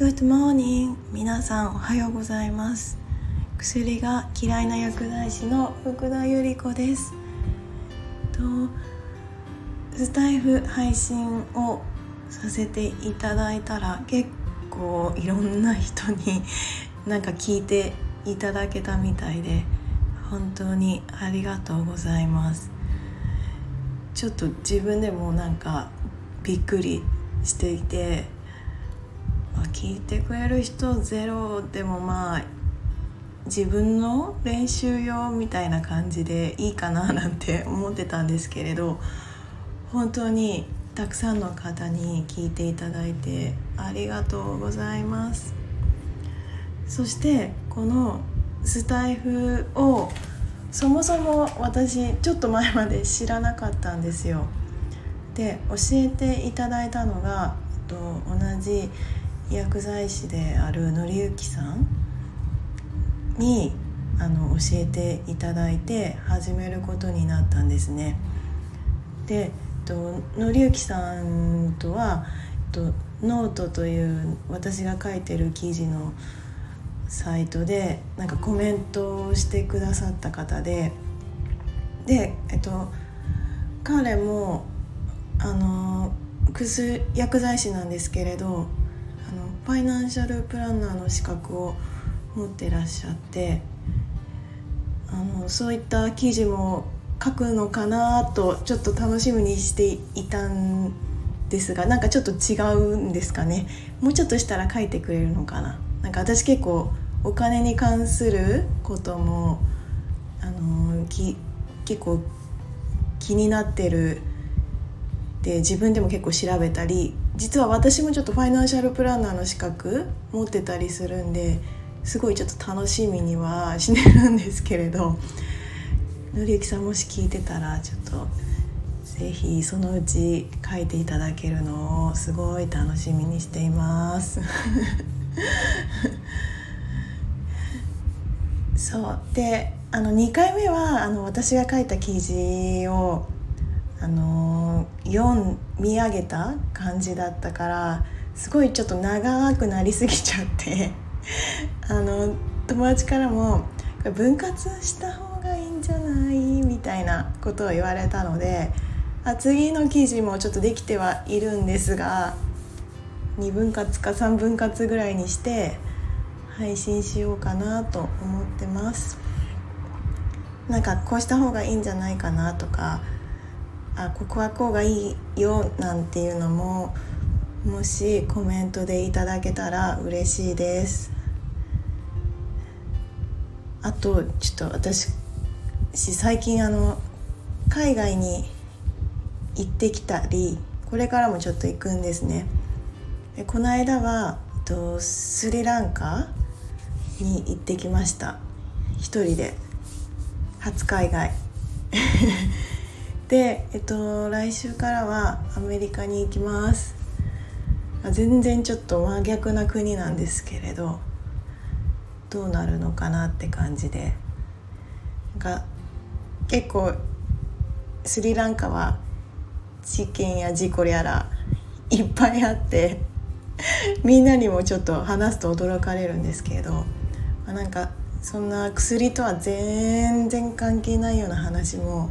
Good morning 皆さんおはようございます。薬が嫌いな薬剤師の福田由里子です。スタイフ配信をさせていただいたら結構いろんな人になんか聞いていただけたみたいで本当にありがとうございます。ちょっと自分でもなんかびっくりしていて、聞いてくれる人ゼロでも自分の練習用みたいな感じでいいかななんて思ってたんですけれど、本当にたくさんの方に聞いていただいてありがとうございます。そしてこのスタイフをそもそも私ちょっと前まで知らなかったんですよ。で教えていただいたのが、同じ薬剤師であるのりゆきさんに教えていただいて始めることになったんですね。でのりゆきさんとはノートという私が書いてる記事のサイトでなんかコメントをしてくださった方で、彼も薬剤師なんですけれどファイナンシャルプランナーの資格を持ってらっしゃって、そういった記事も書くのかなとちょっと楽しみにしていたんですが、なんかちょっと違うんですかね。もうちょっとしたら書いてくれるのかな。なんか私結構お金に関することも結構気になってるで、自分でも結構調べたり、実は私もちょっとファイナンシャルプランナーの資格持ってたりするんで、すごいちょっと楽しみにはしてるんですけれど、のりゆきさんもし聞いてたらちょっとぜひそのうち書いていただけるのをすごい楽しみにしていますそうで2回目は私が書いた記事を見上げた感じだったからすごいちょっと長くなりすぎちゃって友達からも分割した方がいいんじゃないみたいなことを言われたので、次の記事もちょっとできてはいるんですが、2分割か3分割ぐらいにして配信しようかなと思ってます。なんかこうした方がいいんじゃないかなとか、ここはこうがいいよなんていうのももしコメントでいただけたら嬉しいです。あとちょっと私最近海外に行ってきたりこれからもちょっと行くんですね。でこの間はスリランカに行ってきました。一人で初海外で、来週からはアメリカに行きます。全然ちょっと真逆な国なんですけれど、どうなるのかなって感じで、結構スリランカは事件や事故やらいっぱいあってみんなにもちょっと話すと驚かれるんですけれど、なんかそんな薬とは全然関係ないような話も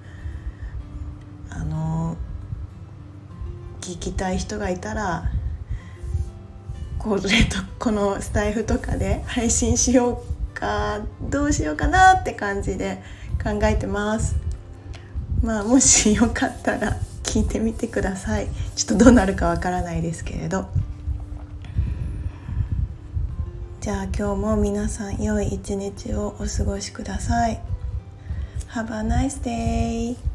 聞きたい人がいたらこのスタイフとかで配信しようかどうしようかなって感じで考えてます。もしよかったら聞いてみてください。ちょっとどうなるかわからないですけれど。じゃあ今日も皆さん良い一日をお過ごしください。Have a nice day!